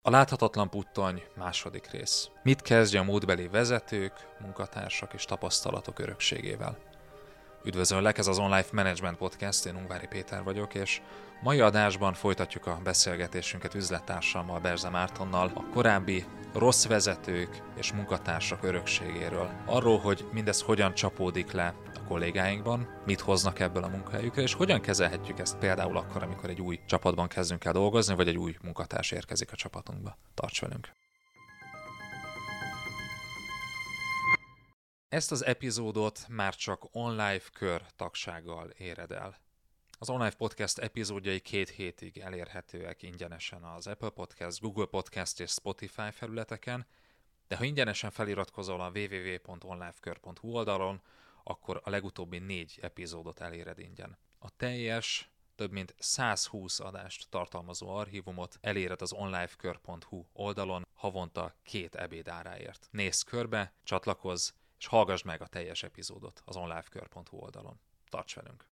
A láthatatlan puttony második rész. Mit kezdje a múltbeli vezetők, munkatársak és tapasztalatok örökségével? Üdvözöllek, ez az Online Management Podcast, én Ungvári Péter vagyok, és mai adásban folytatjuk a beszélgetésünket üzlettársammal, Berze Mártonnal a korábbi rossz vezetők és munkatársak örökségéről. Arról, hogy mindez hogyan csapódik le a kollégáinkban, mit hoznak ebből a munkahelyükre, és hogyan kezelhetjük ezt például akkor, amikor egy új csapatban kezdünk el dolgozni, vagy egy új munkatárs érkezik a csapatunkba. Tarts velünk! Ezt az epizódot már csak online kör tagsággal éred el. Az Online Podcast epizódjai 2 hétig elérhetőek ingyenesen az Apple Podcast, Google Podcast és Spotify felületeken, de ha ingyenesen feliratkozol a www.onlifekör.hu oldalon, akkor a legutóbbi 4 epizódot eléred ingyen. A teljes, több mint 120 adást tartalmazó archívumot eléred az onlifekör.hu oldalon havonta 2 ebéd áráért. Nézz körbe, csatlakozz, és hallgass meg a teljes epizódot az onlifekör.hu oldalon. Tarts velünk!